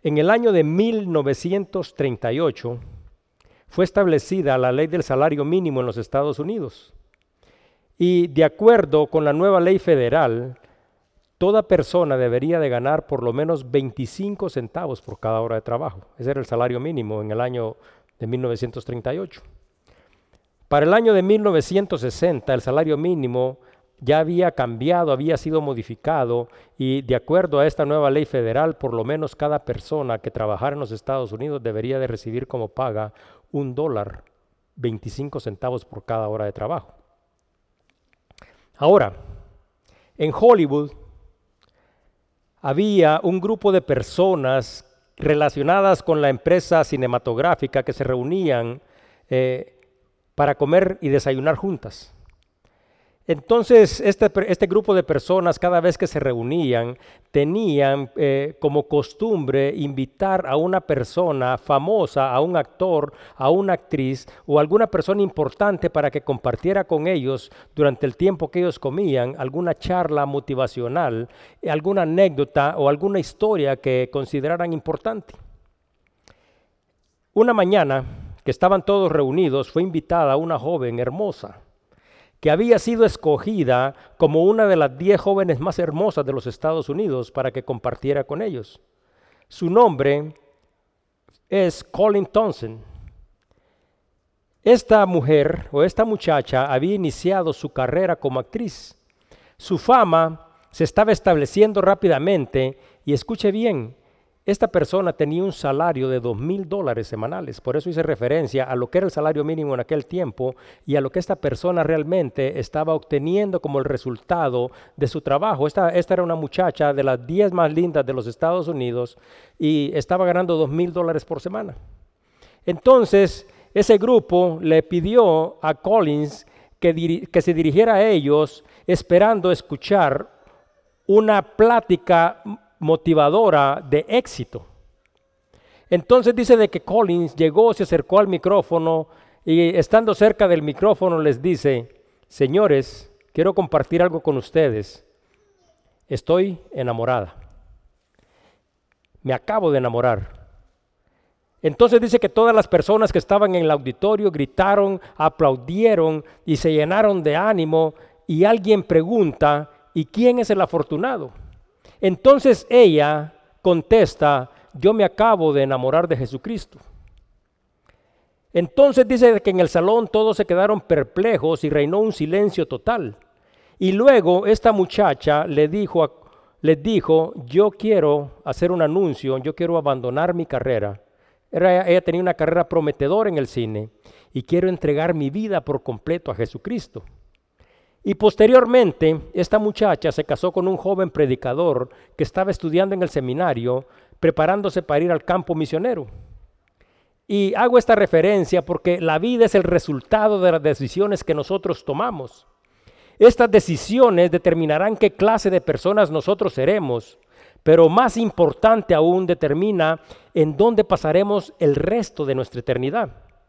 En el año de 1938 fue establecida la ley del salario mínimo en los Estados Unidos. Y de acuerdo con la nueva ley federal, toda persona debería de ganar por lo menos 25 centavos por cada hora de trabajo. Ese era el salario mínimo en el año de 1938. Para el año de 1960, el salario mínimo ya había cambiado, había sido modificado y de acuerdo a esta nueva ley federal, por lo menos cada persona que trabajara en los Estados Unidos debería de recibir como paga $1, 25 centavos por cada hora de trabajo. Ahora, en Hollywood había un grupo de personas relacionadas con la empresa cinematográfica que se reunían para comer y desayunar juntas. Entonces, este grupo de personas, cada vez que se reunían, tenían como costumbre invitar a una persona famosa, a un actor, a una actriz o alguna persona importante para que compartiera con ellos durante el tiempo que ellos comían alguna charla motivacional, alguna anécdota o alguna historia que consideraran importante. Una mañana que estaban todos reunidos, fue invitada una joven hermosa que había sido escogida como una de las 10 jóvenes más hermosas de los Estados Unidos para que compartiera con ellos. Su nombre es Colleen Townsend. Esta mujer o esta muchacha había iniciado su carrera como actriz. Su fama se estaba estableciendo rápidamente y escuche bien, esta persona tenía un salario de $2,000 semanales, por eso hice referencia a lo que era el salario mínimo en aquel tiempo y a lo que esta persona realmente estaba obteniendo como el resultado de su trabajo. Esta era una muchacha de las 10 más lindas de los Estados Unidos y estaba ganando $2,000 por semana. Entonces, ese grupo le pidió a Collins que se dirigiera a ellos esperando escuchar una plática motivadora de éxito. Entonces dice de que Collins llegó, se acercó al micrófono y estando cerca del micrófono les dice: señores, quiero compartir algo con ustedes. Estoy enamorada. Me acabo de enamorar. Entonces dice que todas las personas que estaban en el auditorio gritaron, aplaudieron y se llenaron de ánimo y alguien pregunta: ¿y quién es el afortunado? Entonces ella contesta: yo me acabo de enamorar de Jesucristo. Entonces dice que en el salón todos se quedaron perplejos y reinó un silencio total. Y luego esta muchacha les dijo: yo quiero hacer un anuncio, yo quiero abandonar mi carrera. Ella tenía una carrera prometedora en el cine y quiero entregar mi vida por completo a Jesucristo. Y posteriormente, esta muchacha se casó con un joven predicador que estaba estudiando en el seminario, preparándose para ir al campo misionero. Y hago esta referencia porque la vida es el resultado de las decisiones que nosotros tomamos. Estas decisiones determinarán qué clase de personas nosotros seremos, pero más importante aún, determina en dónde pasaremos el resto de nuestra eternidad.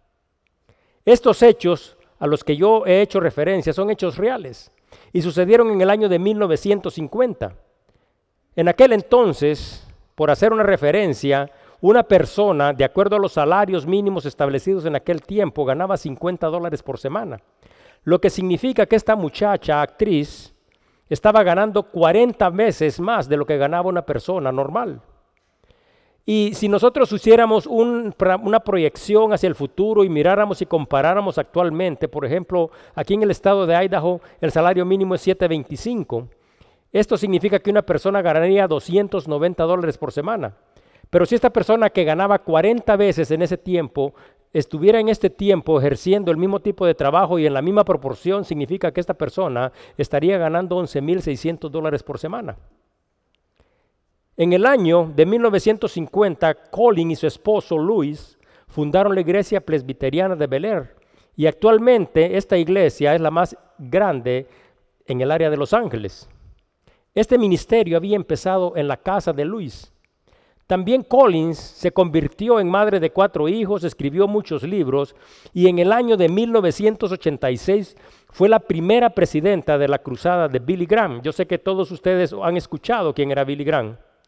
Estos hechos a los que yo he hecho referencia son hechos reales y sucedieron en el año de 1950. En aquel entonces, por hacer una referencia, una persona, de acuerdo a los salarios mínimos establecidos en aquel tiempo, ganaba $50 por semana, lo que significa que esta muchacha actriz estaba ganando 40 veces más de lo que ganaba una persona normal. Y si nosotros hiciéramos una proyección hacia el futuro y miráramos y comparáramos actualmente, por ejemplo, aquí en el estado de Idaho, el salario mínimo es $7.25. Esto significa que una persona ganaría $290 por semana. Pero si esta persona que ganaba 40 veces en ese tiempo, estuviera en este tiempo ejerciendo el mismo tipo de trabajo y en la misma proporción, significa que esta persona estaría ganando $11,600 por semana. En el año de 1950, Colin y su esposo Luis fundaron la iglesia presbiteriana de Bel Air y actualmente esta iglesia es la más grande en el área de Los Ángeles. Este ministerio había empezado en la casa de Luis. También Collins se convirtió en madre de 4 hijos, escribió muchos libros y en el año de 1986 fue la primera presidenta de la cruzada de Billy Graham. Yo sé que todos ustedes han escuchado quién era Billy Graham.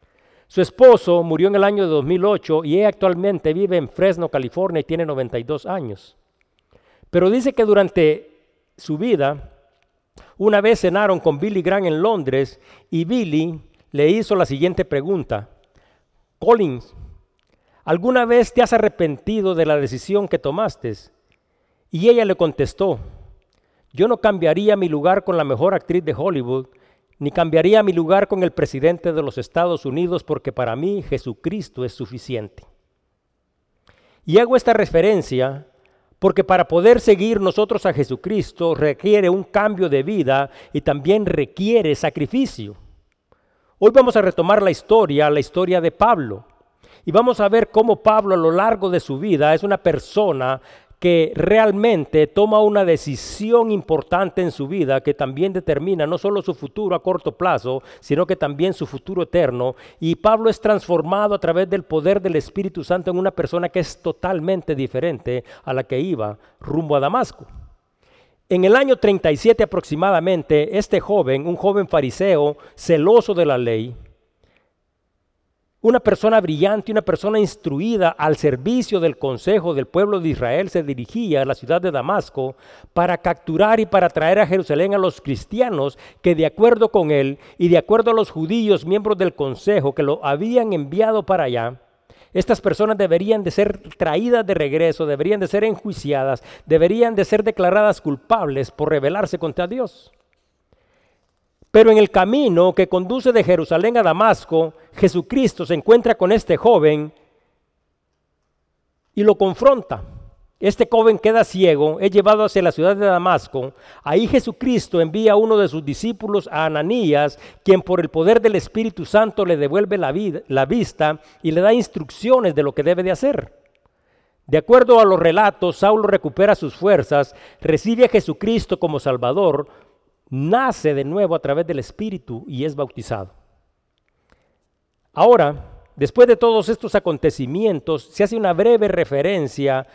Su esposo murió en el año de 2008 y ella actualmente vive en Fresno, California y tiene 92 años. Pero dice que durante su vida, una vez cenaron con Billy Graham en Londres y Billy le hizo la siguiente pregunta: Collins, ¿alguna vez te has arrepentido de la decisión que tomaste? Y ella le contestó: yo no cambiaría mi lugar con la mejor actriz de Hollywood, ni cambiaría mi lugar con el presidente de los Estados Unidos, porque para mí Jesucristo es suficiente. Y hago esta referencia porque para poder seguir nosotros a Jesucristo requiere un cambio de vida y también requiere sacrificio. Hoy vamos a retomar la historia de Pablo. Y vamos a ver cómo Pablo a lo largo de su vida es una persona que realmente toma una decisión importante en su vida que también determina no solo su futuro a corto plazo, sino que también su futuro eterno. Y Pablo es transformado a través del poder del Espíritu Santo en una persona que es totalmente diferente a la que iba rumbo a Damasco. En el año 37 aproximadamente, este joven, un joven fariseo, celoso de la ley, una persona brillante, una persona instruida al servicio del consejo del pueblo de Israel, se dirigía a la ciudad de Damasco para capturar y para traer a Jerusalén a los cristianos que, de acuerdo con él y de acuerdo a los judíos miembros del consejo que lo habían enviado para allá, estas personas deberían de ser traídas de regreso, deberían de ser enjuiciadas, deberían de ser declaradas culpables por rebelarse contra Dios. Pero en el camino que conduce de Jerusalén a Damasco, Jesucristo se encuentra con este joven y lo confronta. Este joven queda ciego, es llevado hacia la ciudad de Damasco. Ahí Jesucristo envía a uno de sus discípulos, a Ananías, quien por el poder del Espíritu Santo le devuelve la vista y le da instrucciones de lo que debe de hacer. De acuerdo a los relatos, Saulo recupera sus fuerzas, recibe a Jesucristo como Salvador, nace de nuevo a través del Espíritu y es bautizado. Ahora, después de todos estos acontecimientos, se hace una breve referencia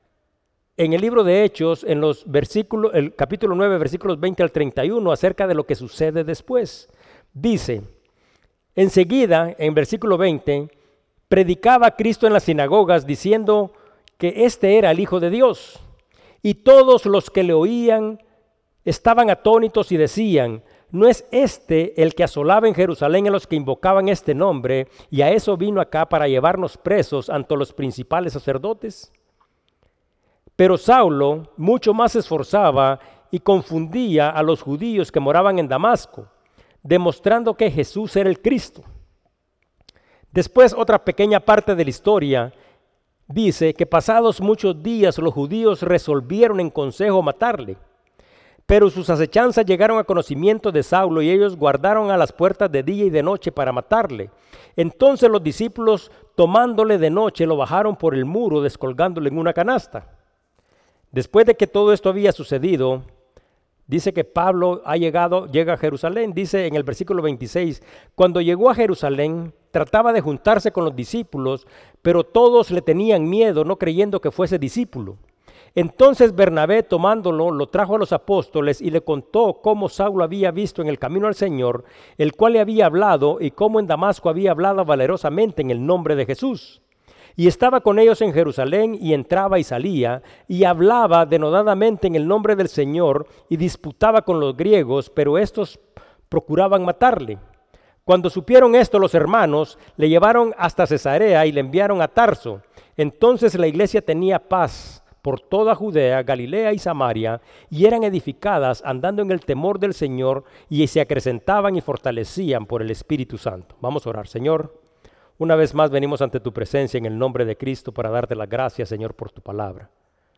en el libro de Hechos, en los versículos, el capítulo 9, versículos 20 al 31, acerca de lo que sucede después. Dice, enseguida, en versículo 20, predicaba Cristo en las sinagogas diciendo que este era el Hijo de Dios. Y todos los que le oían estaban atónitos y decían, ¿no es este el que asolaba en Jerusalén a los que invocaban este nombre y a eso vino acá para llevarnos presos ante los principales sacerdotes? Pero Saulo mucho más se esforzaba y confundía a los judíos que moraban en Damasco, demostrando que Jesús era el Cristo. Después, otra pequeña parte de la historia dice que pasados muchos días los judíos resolvieron en consejo matarle. Pero sus acechanzas llegaron a conocimiento de Saulo y ellos guardaron a las puertas de día y de noche para matarle. Entonces los discípulos, tomándole de noche, lo bajaron por el muro, descolgándole en una canasta. Después de que todo esto había sucedido, dice que Pablo llega a Jerusalén. Dice en el versículo 26, cuando llegó a Jerusalén, trataba de juntarse con los discípulos, pero todos le tenían miedo, no creyendo que fuese discípulo. Entonces Bernabé, tomándolo, lo trajo a los apóstoles y le contó cómo Saulo había visto en el camino al Señor, el cual le había hablado, y cómo en Damasco había hablado valerosamente en el nombre de Jesús. Y estaba con ellos en Jerusalén, y entraba y salía, y hablaba denodadamente en el nombre del Señor, y disputaba con los griegos, pero estos procuraban matarle. Cuando supieron esto los hermanos, le llevaron hasta Cesarea y le enviaron a Tarso. Entonces la iglesia tenía paz por toda Judea, Galilea y Samaria, y eran edificadas andando en el temor del Señor, y se acrecentaban y fortalecían por el Espíritu Santo. Vamos a orar. Señor, una vez más venimos ante tu presencia en el nombre de Cristo para darte las gracias, Señor, por tu palabra.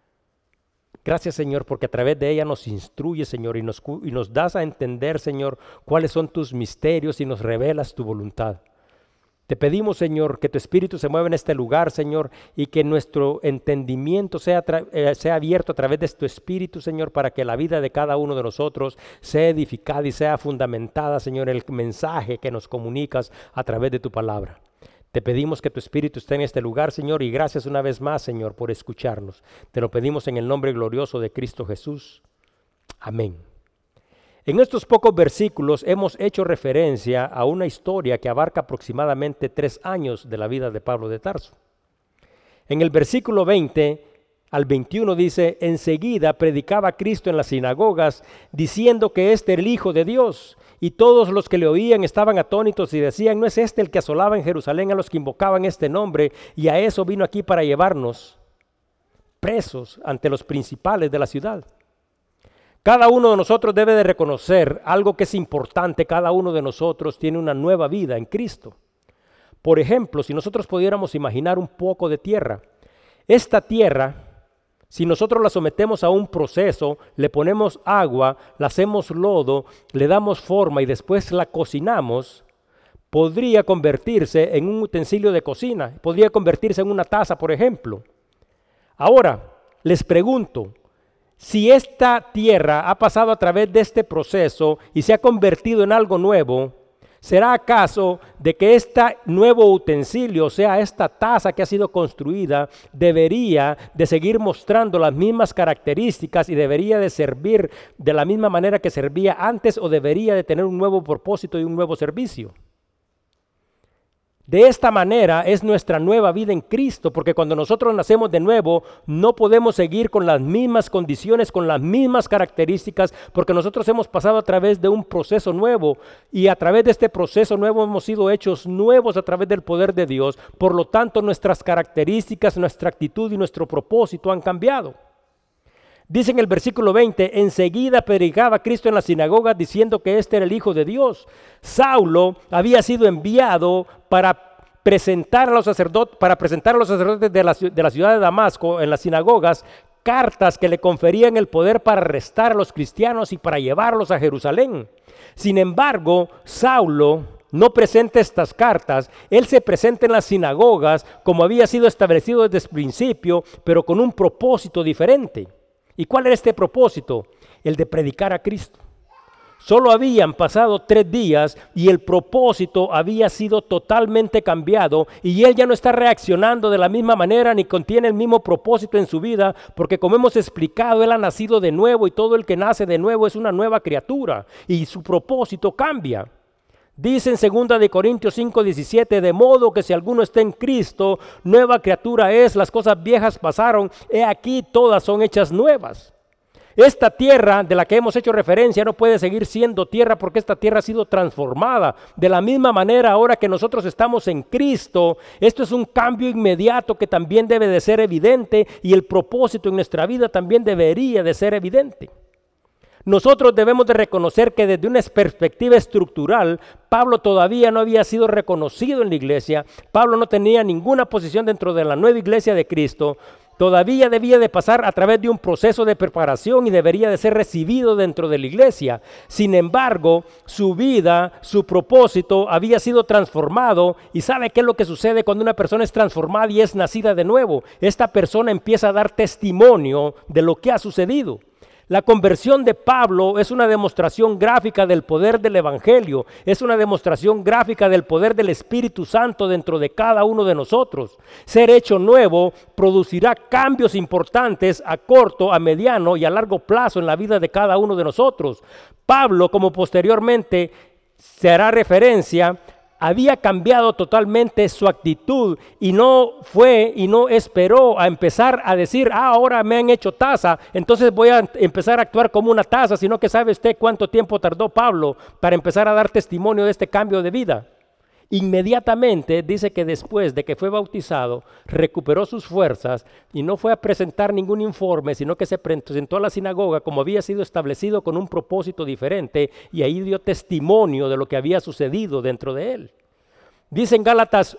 Gracias, Señor, porque a través de ella nos instruyes, Señor, y nos das a entender, Señor, cuáles son tus misterios y nos revelas tu voluntad. Te pedimos, Señor, que tu Espíritu se mueva en este lugar, Señor, y que nuestro entendimiento sea abierto a través de tu Espíritu, Señor, para que la vida de cada uno de nosotros sea edificada y sea fundamentada, Señor, en el mensaje que nos comunicas a través de tu palabra. Te pedimos que tu Espíritu esté en este lugar, Señor, y gracias una vez más, Señor, por escucharnos. Te lo pedimos en el nombre glorioso de Cristo Jesús. Amén. En estos pocos versículos hemos hecho referencia a una historia que abarca aproximadamente 3 años de la vida de Pablo de Tarso. En el versículo 20 al 21 dice: enseguida predicaba a Cristo en las sinagogas, diciendo que este era el Hijo de Dios. Y todos los que le oían estaban atónitos y decían: ¿no es este el que asolaba en Jerusalén a los que invocaban este nombre? Y a eso vino aquí para llevarnos presos ante los principales de la ciudad. Cada uno de nosotros debe de reconocer algo que es importante. Cada uno de nosotros tiene una nueva vida en Cristo. Por ejemplo, si nosotros pudiéramos imaginar un poco de tierra, esta tierra, si nosotros la sometemos a un proceso, le ponemos agua, la hacemos lodo, le damos forma y después la cocinamos, podría convertirse en un utensilio de cocina, podría convertirse en una taza, por ejemplo. Ahora, les pregunto, si esta tierra ha pasado a través de este proceso y se ha convertido en algo nuevo, ¿será acaso de que este nuevo utensilio, o sea, esta taza que ha sido construida, debería de seguir mostrando las mismas características y debería de servir de la misma manera que servía antes, o debería de tener un nuevo propósito y un nuevo servicio? De esta manera es nuestra nueva vida en Cristo, porque cuando nosotros nacemos de nuevo no podemos seguir con las mismas condiciones, con las mismas características, porque nosotros hemos pasado a través de un proceso nuevo y a través de este proceso nuevo hemos sido hechos nuevos a través del poder de Dios. Por lo tanto, nuestras características, nuestra actitud y nuestro propósito han cambiado. Dice en el versículo 20: enseguida predicaba Cristo en las sinagogas diciendo que este era el Hijo de Dios. Saulo había sido enviado para presentar a los sacerdotes de la ciudad de Damasco en las sinagogas cartas que le conferían el poder para arrestar a los cristianos y para llevarlos a Jerusalén. Sin embargo, Saulo no presenta estas cartas, él se presenta en las sinagogas como había sido establecido desde el principio, pero con un propósito diferente. ¿Y cuál era este propósito? El de predicar a Cristo. Solo habían pasado 3 días y el propósito había sido totalmente cambiado, y él ya no está reaccionando de la misma manera ni contiene el mismo propósito en su vida, porque como hemos explicado, él ha nacido de nuevo y todo el que nace de nuevo es una nueva criatura y su propósito cambia. Dice en 2 Corintios 5:17: de modo que si alguno está en Cristo, nueva criatura es, las cosas viejas pasaron, he aquí todas son hechas nuevas. Esta tierra de la que hemos hecho referencia no puede seguir siendo tierra, porque esta tierra ha sido transformada. De la misma manera, ahora que nosotros estamos en Cristo, esto es un cambio inmediato que también debe de ser evidente, y el propósito en nuestra vida también debería de ser evidente. Nosotros debemos de reconocer que desde una perspectiva estructural, Pablo todavía no había sido reconocido en la iglesia. Pablo no tenía ninguna posición dentro de la nueva iglesia de Cristo. Todavía debía de pasar a través de un proceso de preparación y debería de ser recibido dentro de la iglesia. Sin embargo, su vida, su propósito había sido transformado. ¿Y sabe qué es lo que sucede cuando una persona es transformada y es nacida de nuevo? Esta persona empieza a dar testimonio de lo que ha sucedido. La conversión de Pablo es una demostración gráfica del poder del Evangelio, es una demostración gráfica del poder del Espíritu Santo dentro de cada uno de nosotros. Ser hecho nuevo producirá cambios importantes a corto, a mediano y a largo plazo en la vida de cada uno de nosotros. Pablo, como posteriormente se hará referencia, había cambiado totalmente su actitud y no esperó a empezar a decir: ahora me han hecho taza, entonces voy a empezar a actuar como una taza, sino que ¿sabe usted cuánto tiempo tardó Pablo para empezar a dar testimonio de este cambio de vida? Inmediatamente dice que después de que fue bautizado, recuperó sus fuerzas y no fue a presentar ningún informe, sino que se presentó a la sinagoga como había sido establecido con un propósito diferente, y ahí dio testimonio de lo que había sucedido dentro de él. Dice en Gálatas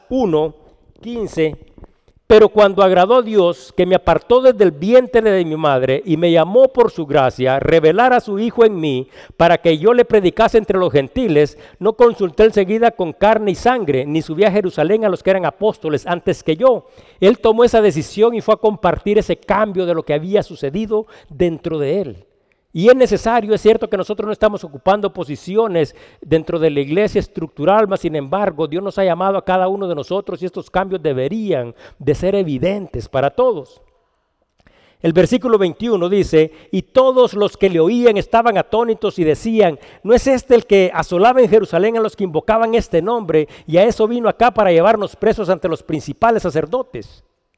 1:15: pero cuando agradó a Dios, que me apartó desde el vientre de mi madre y me llamó por su gracia, revelar a su Hijo en mí, para que yo le predicase entre los gentiles, no consulté enseguida con carne y sangre, ni subí a Jerusalén a los que eran apóstoles antes que yo. Él tomó esa decisión y fue a compartir ese cambio de lo que había sucedido dentro de él. Y es necesario, es cierto que nosotros no estamos ocupando posiciones dentro de la iglesia estructural, mas sin embargo Dios nos ha llamado a cada uno de nosotros y estos cambios deberían de ser evidentes para todos. El versículo 21 dice, y todos los que le oían estaban atónitos y decían, ¿no es este el que asolaba en Jerusalén a los que invocaban este nombre? Y a eso vino acá para llevarnos presos ante los principales sacerdotes.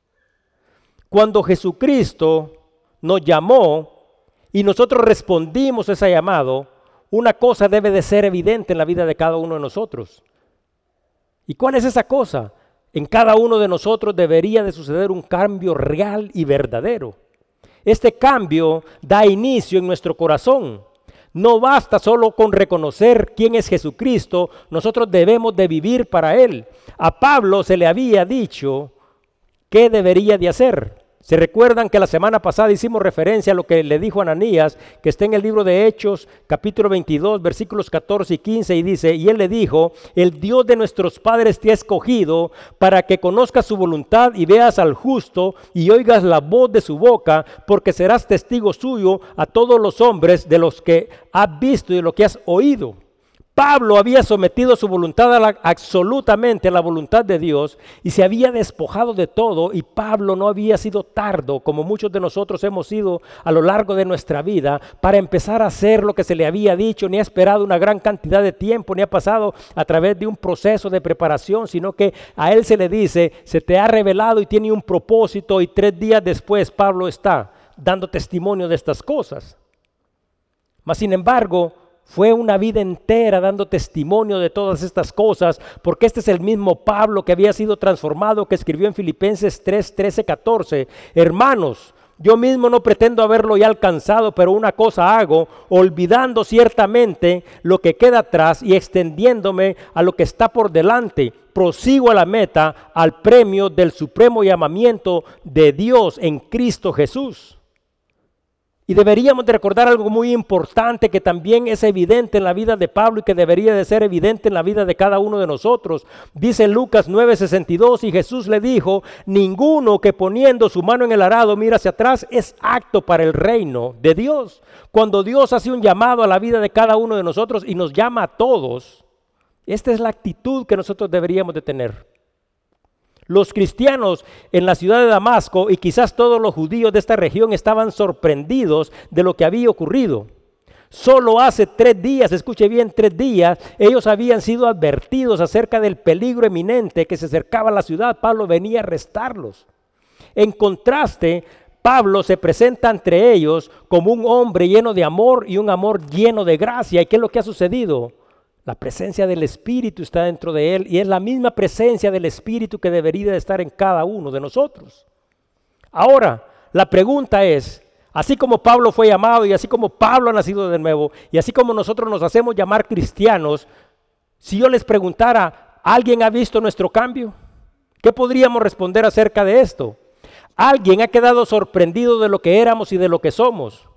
Cuando Jesucristo nos llamó y nosotros respondimos a ese llamado, una cosa debe de ser evidente en la vida de cada uno de nosotros. ¿Y cuál es esa cosa? En cada uno de nosotros debería de suceder un cambio real y verdadero. Este cambio da inicio en nuestro corazón. No basta solo con reconocer quién es Jesucristo, nosotros debemos de vivir para Él. A Pablo se le había dicho qué debería de hacer. ¿Se recuerdan que la semana pasada hicimos referencia a lo que le dijo Ananías, que está en el libro de Hechos, capítulo 22, versículos 14 y 15, y dice, y él le dijo, el Dios de nuestros padres te ha escogido para que conozcas su voluntad y veas al justo y oigas la voz de su boca, porque serás testigo suyo a todos los hombres de los que has visto y de lo que has oído. Pablo había sometido su voluntad absolutamente a la voluntad de Dios y se había despojado de todo, y Pablo no había sido tardo, como muchos de nosotros hemos sido a lo largo de nuestra vida, para empezar a hacer lo que se le había dicho, ni ha esperado una gran cantidad de tiempo, ni ha pasado a través de un proceso de preparación, sino que a él se le dice, se te ha revelado y tiene un propósito, y 3 días después Pablo está dando testimonio de estas cosas. Mas sin embargo, fue una vida entera dando testimonio de todas estas cosas, porque este es el mismo Pablo que había sido transformado, que escribió en Filipenses 3, 13, 14. Hermanos, yo mismo no pretendo haberlo ya alcanzado, pero una cosa hago, olvidando ciertamente lo que queda atrás y extendiéndome a lo que está por delante. Prosigo a la meta, al premio del supremo llamamiento de Dios en Cristo Jesús. Y deberíamos de recordar algo muy importante que también es evidente en la vida de Pablo y que debería de ser evidente en la vida de cada uno de nosotros. Dice Lucas 9:62, y Jesús le dijo, ninguno que poniendo su mano en el arado mira hacia atrás es apto para el reino de Dios. Cuando Dios hace un llamado a la vida de cada uno de nosotros y nos llama a todos, esta es la actitud que nosotros deberíamos de tener. Los cristianos en la ciudad de Damasco y quizás todos los judíos de esta región estaban sorprendidos de lo que había ocurrido. Solo hace 3 días, escuche bien, 3 días, ellos habían sido advertidos acerca del peligro eminente que se acercaba a la ciudad. Pablo venía a arrestarlos. En contraste, Pablo se presenta entre ellos como un hombre lleno de amor y un amor lleno de gracia. ¿Y qué es lo que ha sucedido? La presencia del Espíritu está dentro de él, y es la misma presencia del Espíritu que debería de estar en cada uno de nosotros. Ahora, la pregunta es, así como Pablo fue llamado y así como Pablo ha nacido de nuevo y así como nosotros nos hacemos llamar cristianos, si yo les preguntara, ¿alguien ha visto nuestro cambio? ¿Qué podríamos responder acerca de esto? ¿Alguien ha quedado sorprendido de lo que éramos y de lo que somos?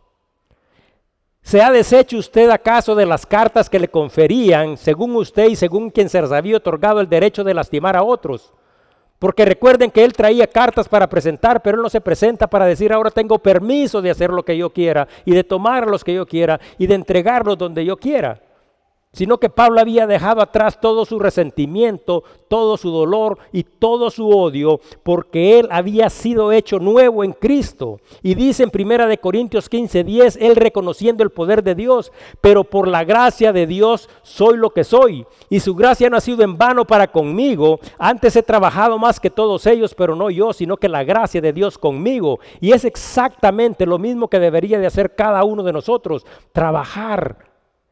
¿Se ha deshecho usted acaso de las cartas que le conferían, según usted y según quien se les había otorgado el derecho de lastimar a otros? Porque recuerden que él traía cartas para presentar, pero él no se presenta para decir, ahora tengo permiso de hacer lo que yo quiera y de tomar los que yo quiera y de entregarlos donde yo quiera. Sino que Pablo había dejado atrás todo su resentimiento, todo su dolor y todo su odio, porque él había sido hecho nuevo en Cristo. Y dice en 1 Corintios 15:10, él reconociendo el poder de Dios, pero por la gracia de Dios soy lo que soy, y su gracia no ha sido en vano para conmigo. Antes he trabajado más que todos ellos, pero no yo, sino que la gracia de Dios conmigo. Y es exactamente lo mismo que debería de hacer cada uno de nosotros, trabajar,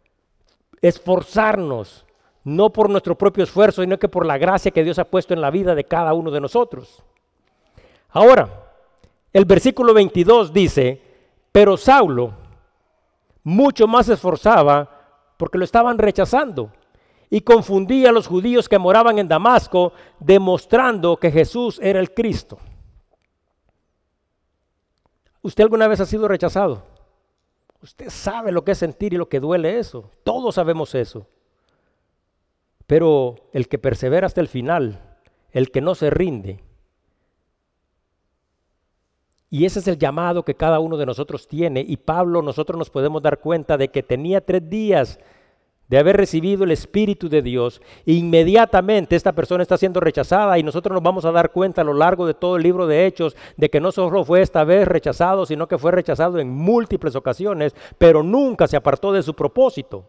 esforzarnos, no por nuestro propio esfuerzo, sino que por la gracia que Dios ha puesto en la vida de cada uno de nosotros. Ahora, el versículo 22 dice, pero Saulo mucho más se esforzaba porque lo estaban rechazando y confundía a los judíos que moraban en Damasco, demostrando que Jesús era el Cristo. ¿Usted alguna vez ha sido rechazado? Usted sabe lo que es sentir y lo que duele eso. Todos sabemos eso. Pero el que persevera hasta el final, el que no se rinde. Y ese es el llamado que cada uno de nosotros tiene. Y Pablo, nosotros nos podemos dar cuenta de que tenía 3 días de haber recibido el Espíritu de Dios, inmediatamente esta persona está siendo rechazada y nosotros nos vamos a dar cuenta a lo largo de todo el libro de Hechos de que no solo fue esta vez rechazado, sino que fue rechazado en múltiples ocasiones, pero nunca se apartó de su propósito.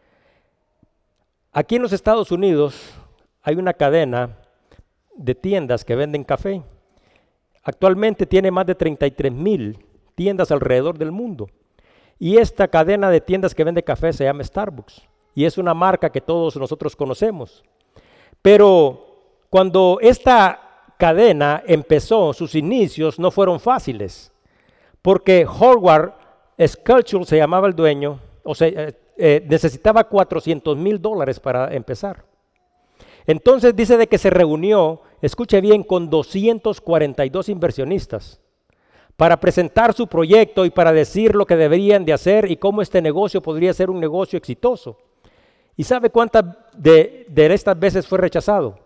Aquí en los Estados Unidos hay una cadena de tiendas que venden café. Actualmente tiene más de 33,000 tiendas alrededor del mundo. Y esta cadena de tiendas que vende café se llama Starbucks. Y es una marca que todos nosotros conocemos. Pero cuando esta cadena empezó, sus inicios no fueron fáciles. Porque Howard Schultz se llamaba el dueño, necesitaba $400,000 para empezar. Entonces dice de que se reunió, escuche bien, con 242 inversionistas para presentar su proyecto y para decir lo que deberían de hacer y cómo este negocio podría ser un negocio exitoso. ¿Y sabe cuántas de estas veces fue rechazado?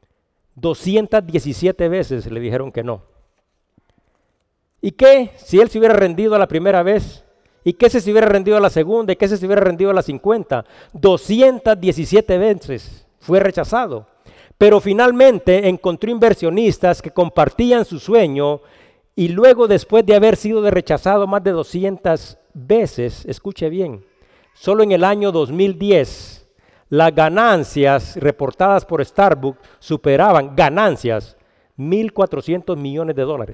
217 veces le dijeron que no. ¿Y qué si él se hubiera rendido a la primera vez? ¿Y qué si se hubiera rendido a la segunda? ¿Y qué si se hubiera rendido a la 50? 217 veces fue rechazado. Pero finalmente encontró inversionistas que compartían su sueño y luego, después de haber sido rechazado más de 200 veces, escuche bien, solo en el año 2010, las ganancias reportadas por Starbucks superaban ganancias $1,400 millones.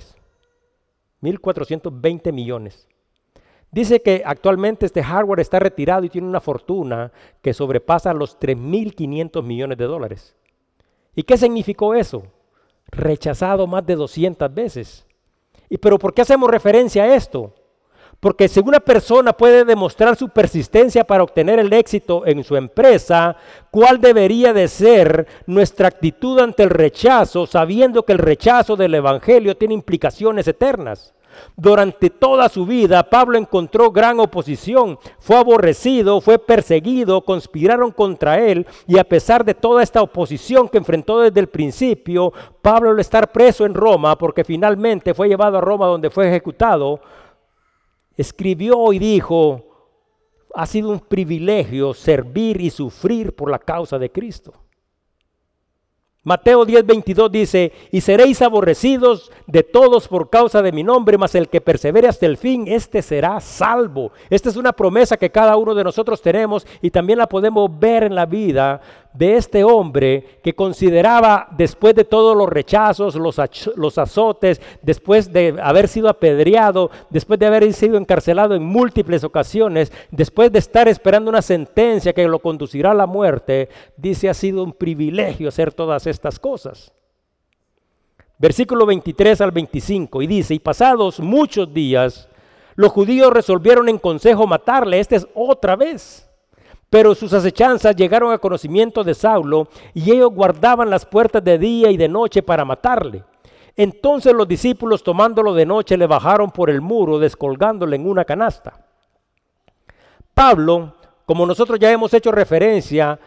1,420 millones. Dice que actualmente este Howard está retirado y tiene una fortuna que sobrepasa los $3,500 millones. ¿Y qué significó eso? Rechazado más de 200 veces. ¿Pero por qué hacemos referencia a esto? Porque si una persona puede demostrar su persistencia para obtener el éxito en su empresa, ¿cuál debería de ser nuestra actitud ante el rechazo, sabiendo que el rechazo del evangelio tiene implicaciones eternas? Durante toda su vida, Pablo encontró gran oposición, fue aborrecido, fue perseguido, conspiraron contra él, y a pesar de toda esta oposición que enfrentó desde el principio, Pablo, al estar preso en Roma, porque finalmente fue llevado a Roma donde fue ejecutado, escribió y dijo: ha sido un privilegio servir y sufrir por la causa de Cristo. Mateo 10:22 dice: y seréis aborrecidos de todos por causa de mi nombre, mas el que persevere hasta el fin, este será salvo. Esta es una promesa que cada uno de nosotros tenemos y también la podemos ver en la vida de este hombre que consideraba, después de todos los rechazos, los azotes, después de haber sido apedreado, después de haber sido encarcelado en múltiples ocasiones, después de estar esperando una sentencia que lo conducirá a la muerte, dice: ha sido un privilegio hacer todas estas cosas. Versículo 23 al 25, y dice: y pasados muchos días, los judíos resolvieron en consejo matarle. Esta es otra vez. Pero sus acechanzas llegaron a conocimiento de Saulo, y ellos guardaban las puertas de día y de noche para matarle. Entonces los discípulos, tomándolo de noche, le bajaron por el muro, descolgándole en una canasta. Pablo, como nosotros ya hemos hecho referencia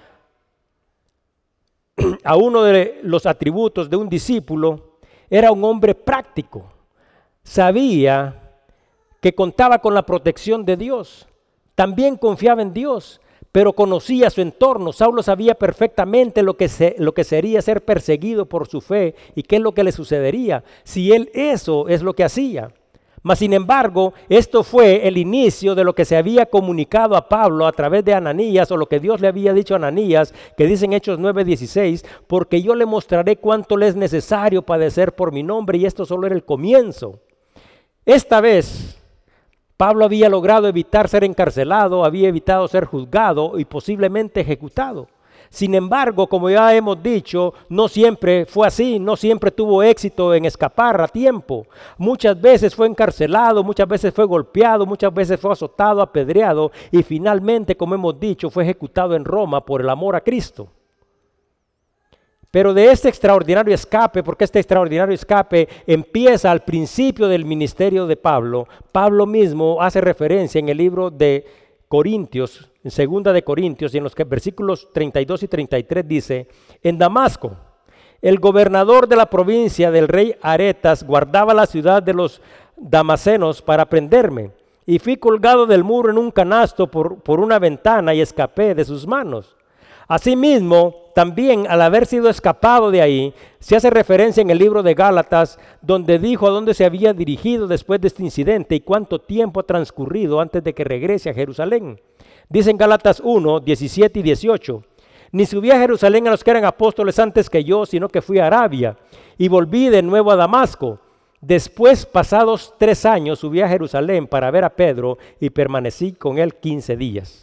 a uno de los atributos de un discípulo, era un hombre práctico. Sabía que contaba con la protección de Dios. También confiaba en Dios, pero conocía su entorno. Saulo sabía perfectamente lo que sería ser perseguido por su fe y qué es lo que le sucedería si él eso es lo que hacía. Mas sin embargo, esto fue el inicio de lo que se había comunicado a Pablo a través de Ananías, o lo que Dios le había dicho a Ananías, que dice en Hechos 9:16, porque yo le mostraré cuánto le es necesario padecer por mi nombre, y esto solo era el comienzo. Esta vez Pablo había logrado evitar ser encarcelado, había evitado ser juzgado y posiblemente ejecutado. Sin embargo, como ya hemos dicho, no siempre fue así, no siempre tuvo éxito en escapar a tiempo. Muchas veces fue encarcelado, muchas veces fue golpeado, muchas veces fue azotado, apedreado y finalmente, como hemos dicho, fue ejecutado en Roma por el amor a Cristo. Pero de este extraordinario escape, porque este extraordinario escape empieza al principio del ministerio de Pablo, Pablo mismo hace referencia en el libro de Corintios, en segunda de Corintios, y en los versículos 32 y 33 dice: en Damasco, el gobernador de la provincia del rey Aretas guardaba la ciudad de los damasenos para prenderme. y fui colgado del muro en un canasto por una ventana y escapé de sus manos. Asimismo, también al haber sido escapado de ahí, se hace referencia en el libro de Gálatas, donde dijo a dónde se había dirigido después de este incidente y cuánto tiempo ha transcurrido antes de que regrese a Jerusalén. Dice en Gálatas 1, 17 y 18, ni subí a Jerusalén a los que eran apóstoles antes que yo, sino que fui a Arabia y volví de nuevo a Damasco. Después, pasados 3 años, subí a Jerusalén para ver a Pedro y permanecí con él 15 días.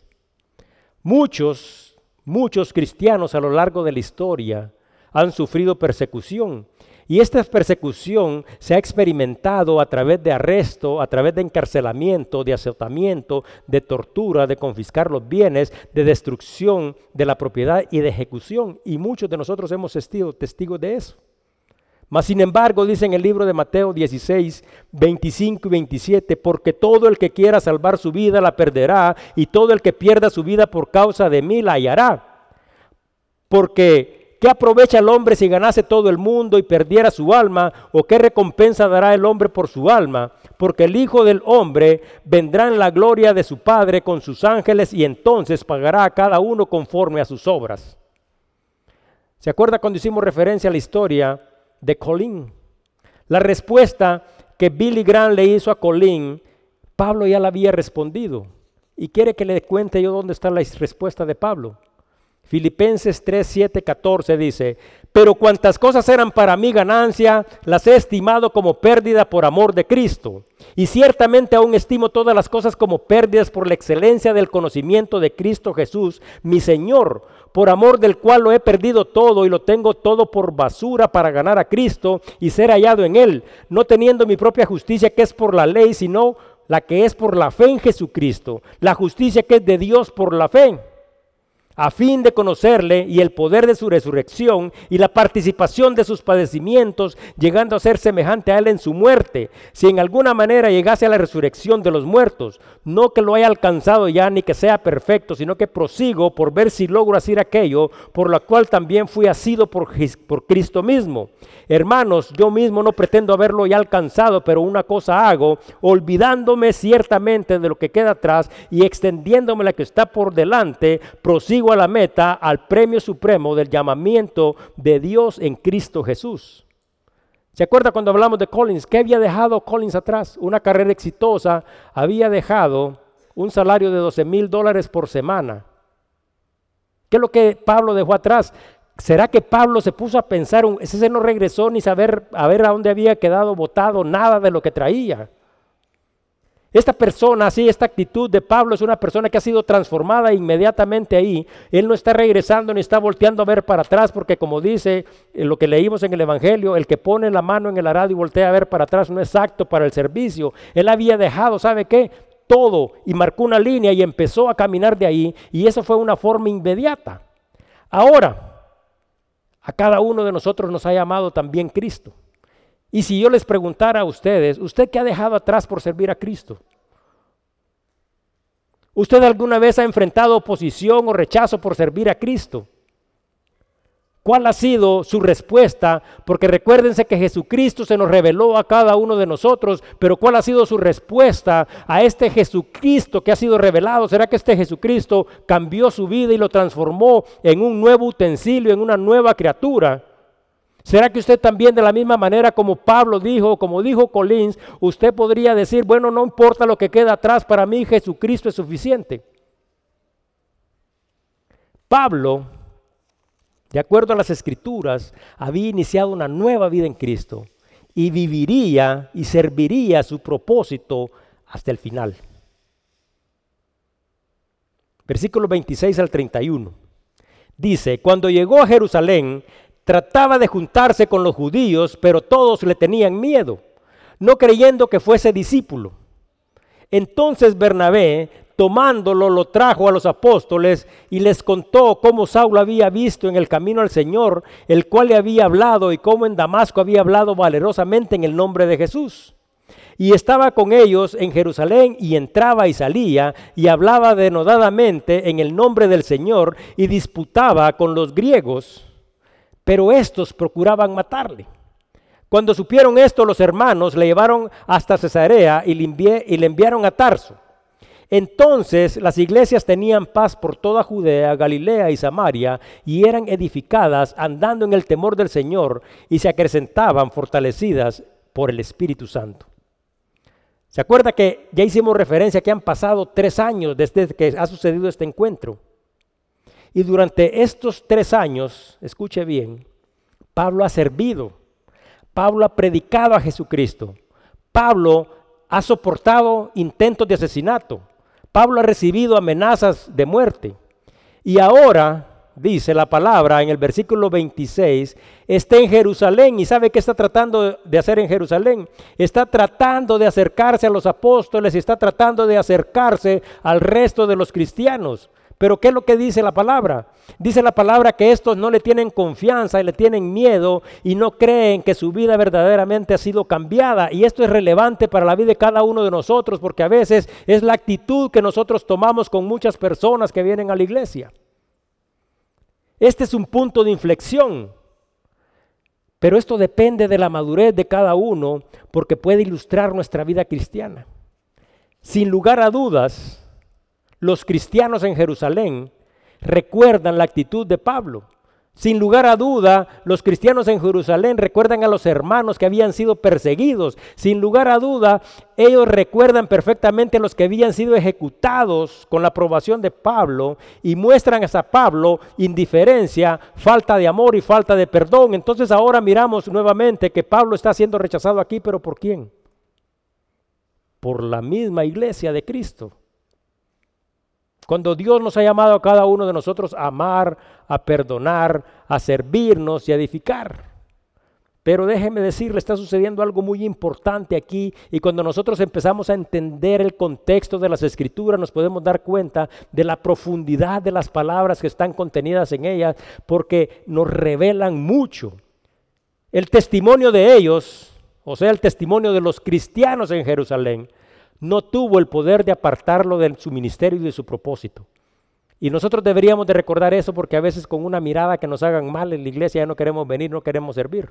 Muchos cristianos a lo largo de la historia han sufrido persecución, y esta persecución se ha experimentado a través de arresto, a través de encarcelamiento, de azotamiento, de tortura, de confiscar los bienes, de destrucción de la propiedad y de ejecución, y muchos de nosotros hemos sido testigos de eso. Mas sin embargo, dice en el libro de Mateo 16, 25 y 27, porque todo el que quiera salvar su vida la perderá, y todo el que pierda su vida por causa de mí la hallará. Porque ¿qué aprovecha el hombre si ganase todo el mundo y perdiera su alma? ¿O qué recompensa dará el hombre por su alma? Porque el Hijo del Hombre vendrá en la gloria de su Padre con sus ángeles, y entonces pagará a cada uno conforme a sus obras. ¿Se acuerda cuando hicimos referencia a la historia de Colín? La respuesta que Billy Graham le hizo a Colín, Pablo ya la había respondido. Y quiere que le cuente yo dónde está la respuesta de Pablo. Filipenses 3, 7, 14 dice, pero cuantas cosas eran para mí ganancia, las he estimado como pérdida por amor de Cristo. Y ciertamente aún estimo todas las cosas como pérdidas por la excelencia del conocimiento de Cristo Jesús, mi Señor, por amor del cual lo he perdido todo y lo tengo todo por basura para ganar a Cristo y ser hallado en Él, no teniendo mi propia justicia que es por la ley, sino la que es por la fe en Jesucristo, la justicia que es de Dios por la fe, a fin de conocerle y el poder de su resurrección y la participación de sus padecimientos, llegando a ser semejante a él en su muerte, si en alguna manera llegase a la resurrección de los muertos, no que lo haya alcanzado ya ni que sea perfecto, sino que prosigo por ver si logro hacer aquello por lo cual también fui asido por Cristo mismo. Hermanos, yo mismo no pretendo haberlo ya alcanzado, pero una cosa hago, olvidándome ciertamente de lo que queda atrás y extendiéndome la que está por delante, prosigo a la meta, al premio supremo del llamamiento de Dios en Cristo Jesús. ¿Se acuerda cuando hablamos de Collins? ¿Qué había dejado Collins atrás? Una carrera exitosa, había dejado un salario de $12,000 por semana. ¿Qué es lo que Pablo dejó atrás? ¿Será que Pablo se puso a pensar, ese no regresó ni saber a ver a dónde había quedado botado nada de lo que traía? Esta persona, sí, esta actitud de Pablo es una persona que ha sido transformada inmediatamente ahí. Él no está regresando ni está volteando a ver para atrás, porque como dice lo que leímos en el Evangelio, el que pone la mano en el arado y voltea a ver para atrás no es apto para el servicio. Él había dejado, ¿sabe qué? Todo, y marcó una línea y empezó a caminar de ahí, y eso fue una forma inmediata. Ahora, a cada uno de nosotros nos ha llamado también Cristo. Y si yo les preguntara a ustedes, ¿usted qué ha dejado atrás por servir a Cristo? ¿Usted alguna vez ha enfrentado oposición o rechazo por servir a Cristo? ¿Cuál ha sido su respuesta? Porque recuérdense que Jesucristo se nos reveló a cada uno de nosotros, pero ¿cuál ha sido su respuesta a este Jesucristo que ha sido revelado? ¿Será que este Jesucristo cambió su vida y lo transformó en un nuevo utensilio, en una nueva criatura? ¿Será que usted también de la misma manera como Pablo dijo, como dijo Collins, usted podría decir, bueno, no importa lo que queda atrás, para mí Jesucristo es suficiente? Pablo, de acuerdo a las Escrituras, había iniciado una nueva vida en Cristo y viviría y serviría su propósito hasta el final. Versículos 26 al 31. Dice, cuando llegó a Jerusalén, trataba de juntarse con los judíos, pero todos le tenían miedo, no creyendo que fuese discípulo. Entonces Bernabé, tomándolo, lo trajo a los apóstoles y les contó cómo Saulo había visto en el camino al Señor, el cual le había hablado, y cómo en Damasco había hablado valerosamente en el nombre de Jesús. Y estaba con ellos en Jerusalén, y entraba y salía, y hablaba denodadamente en el nombre del Señor, y disputaba con los griegos, pero estos procuraban matarle. Cuando supieron esto, los hermanos le llevaron hasta Cesarea y le enviaron a Tarso. Entonces las iglesias tenían paz por toda Judea, Galilea y Samaria, y eran edificadas andando en el temor del Señor, y se acrecentaban fortalecidas por el Espíritu Santo. ¿Se acuerda que ya hicimos referencia que han pasado 3 años desde que ha sucedido este encuentro? Y durante estos 3 años, escuche bien, Pablo ha servido, Pablo ha predicado a Jesucristo, Pablo ha soportado intentos de asesinato, Pablo ha recibido amenazas de muerte. Y ahora, dice la palabra en el versículo 26, está en Jerusalén. ¿Y sabe qué está tratando de hacer en Jerusalén? Está tratando de acercarse a los apóstoles y está tratando de acercarse al resto de los cristianos. Pero ¿qué es lo que dice la palabra? Dice la palabra que estos no le tienen confianza y le tienen miedo y no creen que su vida verdaderamente ha sido cambiada. Y esto es relevante para la vida de cada uno de nosotros, porque a veces es la actitud que nosotros tomamos con muchas personas que vienen a la iglesia. Este es un punto de inflexión, pero esto depende de la madurez de cada uno, porque puede ilustrar nuestra vida cristiana. Sin lugar a dudas, los cristianos en Jerusalén recuerdan la actitud de Pablo. Sin lugar a duda, los cristianos en Jerusalén recuerdan a los hermanos que habían sido perseguidos. Sin lugar a duda, ellos recuerdan perfectamente a los que habían sido ejecutados con la aprobación de Pablo y muestran a Pablo indiferencia, falta de amor y falta de perdón. Entonces ahora miramos nuevamente que Pablo está siendo rechazado aquí, ¿pero por quién? Por la misma iglesia de Cristo. Cuando Dios nos ha llamado a cada uno de nosotros a amar, a perdonar, a servirnos y a edificar. Pero déjeme decirle, está sucediendo algo muy importante aquí, y cuando nosotros empezamos a entender el contexto de las Escrituras, nos podemos dar cuenta de la profundidad de las palabras que están contenidas en ellas, porque nos revelan mucho. El testimonio de ellos, o sea, el testimonio de los cristianos en Jerusalén, no tuvo el poder de apartarlo de su ministerio y de su propósito. Y nosotros deberíamos de recordar eso, porque a veces con una mirada que nos hagan mal en la iglesia ya no queremos venir, no queremos servir.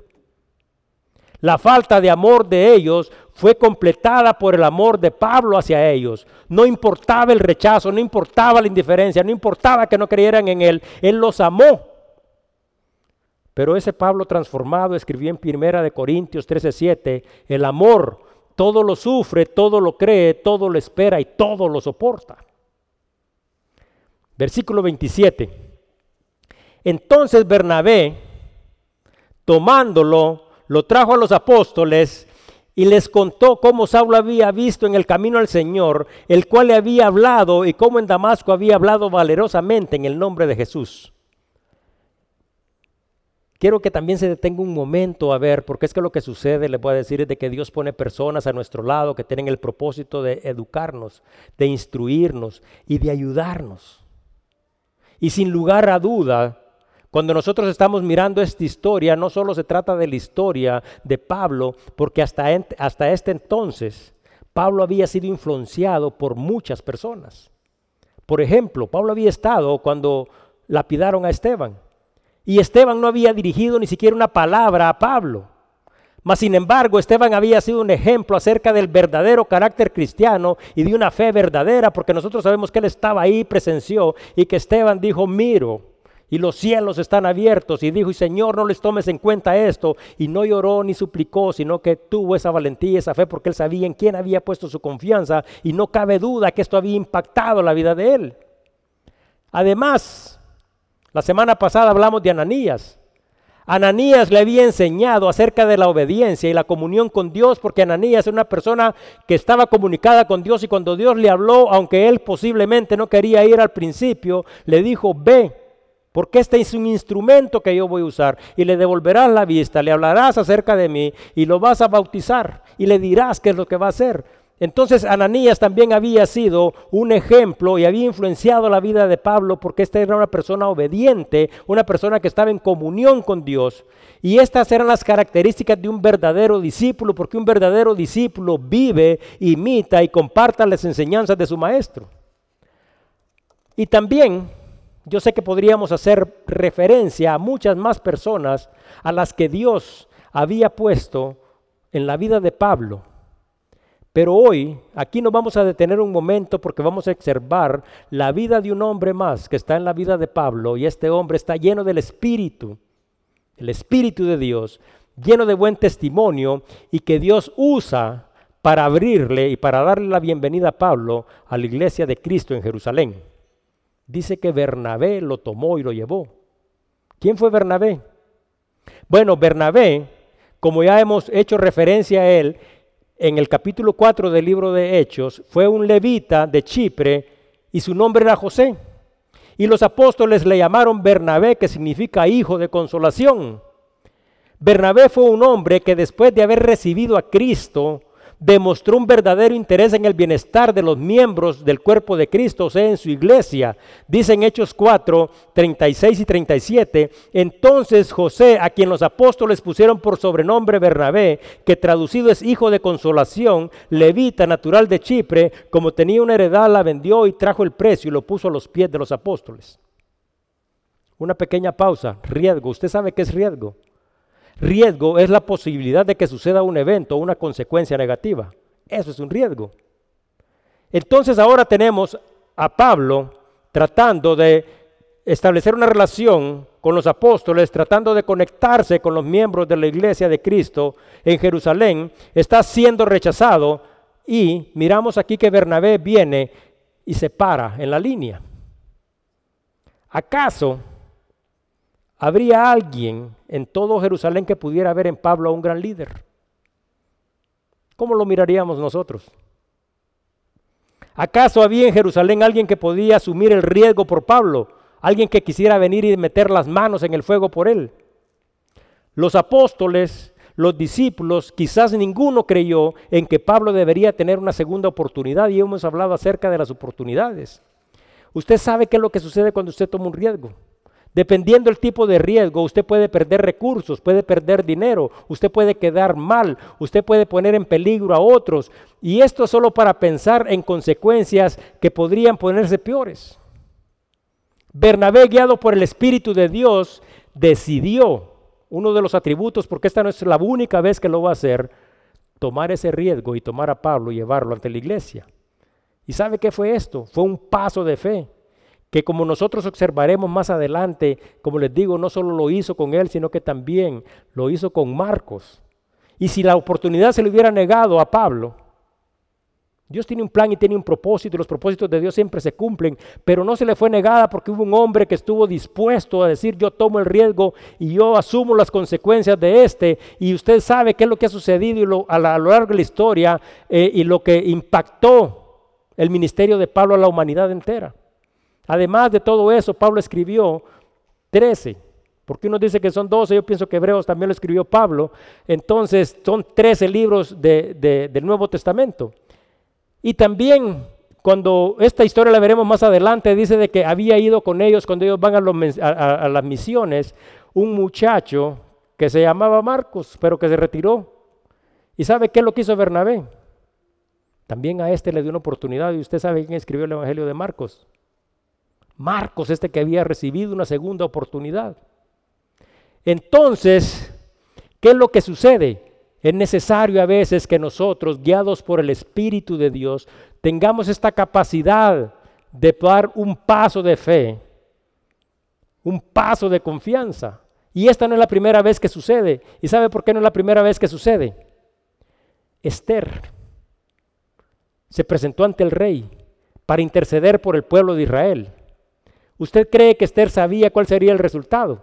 La falta de amor de ellos fue completada por el amor de Pablo hacia ellos. No importaba el rechazo, no importaba la indiferencia, no importaba que no creyeran en él los amó. Pero ese Pablo transformado escribió en 1 Corintios 13:7, el amor todo lo sufre, todo lo cree, todo lo espera y todo lo soporta. Versículo 27. Entonces Bernabé, tomándolo, lo trajo a los apóstoles y les contó cómo Saulo había visto en el camino al Señor, el cual le había hablado, y cómo en Damasco había hablado valerosamente en el nombre de Jesús. Quiero que también se detenga un momento a ver, porque es que lo que sucede, les voy a decir, es de que Dios pone personas a nuestro lado que tienen el propósito de educarnos, de instruirnos y de ayudarnos. Y sin lugar a duda, cuando nosotros estamos mirando esta historia, no solo se trata de la historia de Pablo, porque hasta este entonces, Pablo había sido influenciado por muchas personas. Por ejemplo, Pablo había estado cuando lapidaron a Esteban. Y Esteban no había dirigido ni siquiera una palabra a Pablo. Mas sin embargo, Esteban había sido un ejemplo acerca del verdadero carácter cristiano y de una fe verdadera, porque nosotros sabemos que él estaba ahí, presenció, y que Esteban dijo, miro, y los cielos están abiertos, y dijo, y Señor, no les tomes en cuenta esto, y no lloró ni suplicó, sino que tuvo esa valentía, esa fe, porque él sabía en quién había puesto su confianza, y no cabe duda que esto había impactado la vida de él. Además, la semana pasada hablamos de Ananías. Ananías le había enseñado acerca de la obediencia y la comunión con Dios, porque Ananías es una persona que estaba comunicada con Dios, y cuando Dios le habló, aunque él posiblemente no quería ir al principio, le dijo, ve, porque este es un instrumento que yo voy a usar, y le devolverás la vista, le hablarás acerca de mí, y lo vas a bautizar, y le dirás qué es lo que va a hacer. Entonces Ananías también había sido un ejemplo y había influenciado la vida de Pablo, porque esta era una persona obediente, una persona que estaba en comunión con Dios. Y estas eran las características de un verdadero discípulo, porque un verdadero discípulo vive, imita y comparte las enseñanzas de su maestro. Y también yo sé que podríamos hacer referencia a muchas más personas a las que Dios había puesto en la vida de Pablo. Pero hoy, aquí nos vamos a detener un momento porque vamos a observar la vida de un hombre más que está en la vida de Pablo, y este hombre está lleno del Espíritu, el Espíritu de Dios, lleno de buen testimonio, y que Dios usa para abrirle y para darle la bienvenida a Pablo a la iglesia de Cristo en Jerusalén. Dice que Bernabé lo tomó y lo llevó. ¿Quién fue Bernabé? Bueno, Bernabé, como ya hemos hecho referencia a él, en el capítulo 4 del libro de Hechos, fue un levita de Chipre y su nombre era José. Y los apóstoles le llamaron Bernabé, que significa hijo de consolación. Bernabé fue un hombre que después de haber recibido a Cristo, demostró un verdadero interés en el bienestar de los miembros del cuerpo de Cristo, o sea, en su iglesia. Dice en Hechos 4, 36 y 37, entonces José, a quien los apóstoles pusieron por sobrenombre Bernabé, que traducido es hijo de consolación, levita, natural de Chipre, como tenía una heredad, la vendió y trajo el precio y lo puso a los pies de los apóstoles. Una pequeña pausa. Riesgo. ¿Usted sabe qué es riesgo? Riesgo es la posibilidad de que suceda un evento o una consecuencia negativa. Eso es un riesgo. Entonces ahora tenemos a Pablo tratando de establecer una relación con los apóstoles, tratando de conectarse con los miembros de la iglesia de Cristo en Jerusalén. Está siendo rechazado y miramos aquí que Bernabé viene y se para en la línea. ¿Acaso habría alguien en todo Jerusalén que pudiera ver en Pablo a un gran líder? ¿Cómo lo miraríamos nosotros? ¿Acaso había en Jerusalén alguien que podía asumir el riesgo por Pablo? Alguien que quisiera venir y meter las manos en el fuego por él. Los apóstoles, los discípulos, quizás ninguno creyó en que Pablo debería tener una segunda oportunidad, y hemos hablado acerca de las oportunidades. Usted sabe qué es lo que sucede cuando usted toma un riesgo. Dependiendo del tipo de riesgo, usted puede perder recursos, puede perder dinero, usted puede quedar mal, usted puede poner en peligro a otros. Y esto solo para pensar en consecuencias que podrían ponerse peores. Bernabé, guiado por el Espíritu de Dios, decidió, uno de los atributos, porque esta no es la única vez que lo va a hacer, tomar ese riesgo y tomar a Pablo y llevarlo ante la iglesia. ¿Y sabe qué fue esto? Fue un paso de fe, que como nosotros observaremos más adelante, como les digo, no solo lo hizo con él, sino que también lo hizo con Marcos. Y si la oportunidad se le hubiera negado a Pablo, Dios tiene un plan y tiene un propósito, y los propósitos de Dios siempre se cumplen, pero no se le fue negada porque hubo un hombre que estuvo dispuesto a decir: yo tomo el riesgo y yo asumo las consecuencias de este. Y usted sabe qué es lo que ha sucedido y a lo largo de la historia y lo que impactó el ministerio de Pablo a la humanidad entera. Además de todo eso, Pablo escribió 13, porque uno dice que son 12, yo pienso que Hebreos también lo escribió Pablo. Entonces son 13 libros del Nuevo Testamento. Y también, cuando esta historia la veremos más adelante, dice de que había ido con ellos cuando ellos van a las misiones, un muchacho que se llamaba Marcos, pero que se retiró. ¿Y sabe qué es lo que hizo Bernabé? También a este le dio una oportunidad, y usted sabe quién escribió el Evangelio de Marcos. Marcos, este que había recibido una segunda oportunidad. Entonces, ¿qué es lo que sucede? Es necesario a veces que nosotros, guiados por el Espíritu de Dios, tengamos esta capacidad de dar un paso de fe, un paso de confianza. Y esta no es la primera vez que sucede. ¿Y sabe por qué no es la primera vez que sucede? Esther se presentó ante el rey para interceder por el pueblo de Israel. ¿Usted cree que Esther sabía cuál sería el resultado?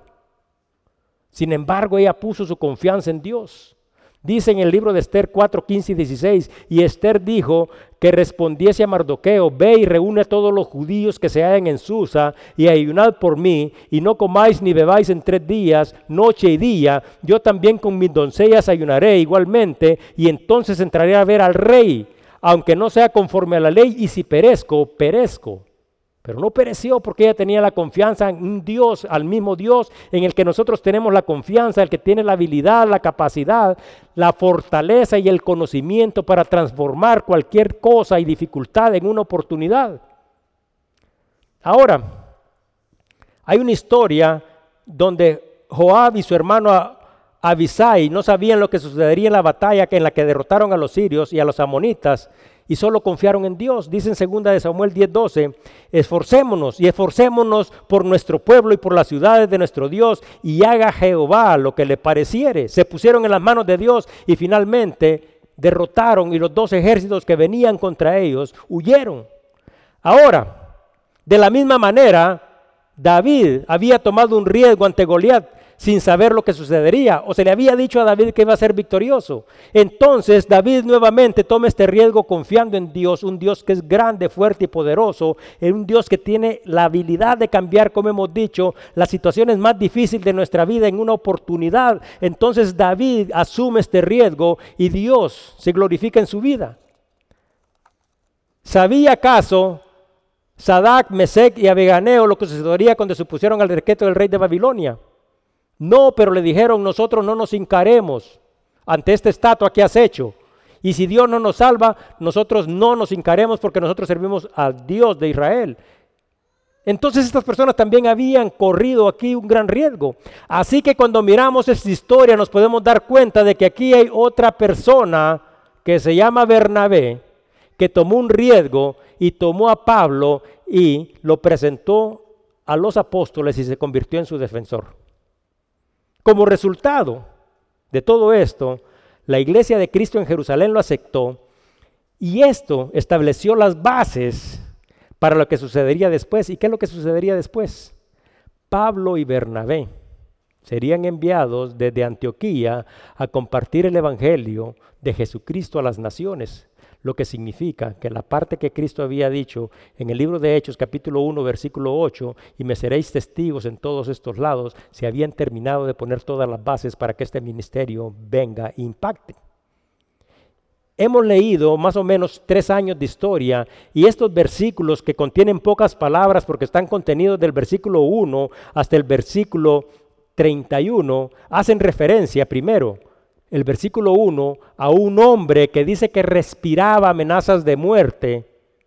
Sin embargo, ella puso su confianza en Dios. Dice en el libro de Esther 4, 15 y 16, y Esther dijo que respondiese a Mardoqueo: ve y reúne a todos los judíos que se hallan en Susa y ayunad por mí, y no comáis ni bebáis en 3 días, noche y día. Yo también con mis doncellas ayunaré igualmente, y entonces entraré a ver al rey, aunque no sea conforme a la ley, y si perezco, perezco. Pero no pereció porque ella tenía la confianza en un Dios, al mismo Dios en el que nosotros tenemos la confianza, el que tiene la habilidad, la capacidad, la fortaleza y el conocimiento para transformar cualquier cosa y dificultad en una oportunidad. Ahora, hay una historia donde Joab y su hermano Abisai no sabían lo que sucedería en la batalla en la que derrotaron a los sirios y a los amonitas y solo confiaron en Dios. Dice en 2 de Samuel 10:12, esforcémonos por nuestro pueblo y por las ciudades de nuestro Dios, y haga Jehová lo que le pareciere. Se pusieron en las manos de Dios y finalmente derrotaron, y los 2 ejércitos que venían contra ellos huyeron. Ahora, de la misma manera, David había tomado un riesgo ante Goliat sin saber lo que sucedería, o se le había dicho a David que iba a ser victorioso. Entonces David nuevamente toma este riesgo confiando en Dios, un Dios que es grande, fuerte y poderoso, un Dios que tiene la habilidad de cambiar, como hemos dicho, las situaciones más difíciles de nuestra vida en una oportunidad. Entonces David asume este riesgo y Dios se glorifica en su vida. ¿Sabía acaso Sadrach, Mesec y Abednego lo que sucedería cuando se pusieron al decreto del rey de Babilonia? No, pero le dijeron, nosotros no nos hincaremos ante esta estatua que has hecho. Y si Dios no nos salva, nosotros no nos hincaremos porque nosotros servimos al Dios de Israel. Entonces estas personas también habían corrido aquí un gran riesgo. Así que cuando miramos esta historia nos podemos dar cuenta de que aquí hay otra persona que se llama Bernabé, que tomó un riesgo y tomó a Pablo y lo presentó a los apóstoles y se convirtió en su defensor. Como resultado de todo esto, la iglesia de Cristo en Jerusalén lo aceptó y esto estableció las bases para lo que sucedería después. ¿Y qué es lo que sucedería después? Pablo y Bernabé serían enviados desde Antioquía a compartir el evangelio de Jesucristo a las naciones, lo que significa que la parte que Cristo había dicho en el libro de Hechos capítulo 1 versículo 8, y me seréis testigos en todos estos lados, se habían terminado de poner todas las bases para que este ministerio venga e impacte. Hemos leído más o menos 3 años de historia y estos versículos que contienen pocas palabras porque están contenidos del versículo 1 hasta el versículo 31 hacen referencia primero, el versículo 1, a un hombre que dice que respiraba amenazas de muerte,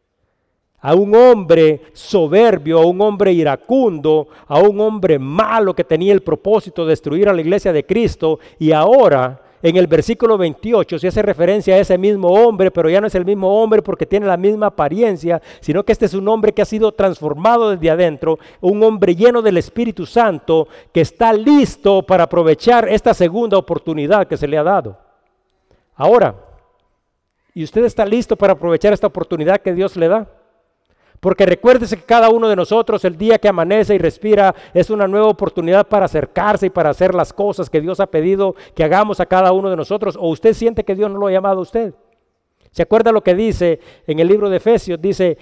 a un hombre soberbio, a un hombre iracundo, a un hombre malo que tenía el propósito de destruir a la iglesia de Cristo. Y ahora, en el versículo 28, se hace referencia a ese mismo hombre, pero ya no es el mismo hombre porque tiene la misma apariencia, sino que este es un hombre que ha sido transformado desde adentro, un hombre lleno del Espíritu Santo que está listo para aprovechar esta segunda oportunidad que se le ha dado. Ahora, ¿y usted está listo para aprovechar esta oportunidad que Dios le da? Porque recuérdese que cada uno de nosotros el día que amanece y respira es una nueva oportunidad para acercarse y para hacer las cosas que Dios ha pedido que hagamos a cada uno de nosotros. ¿O usted siente que Dios no lo ha llamado a usted? ¿Se acuerda lo que dice en el libro de Efesios? Dice,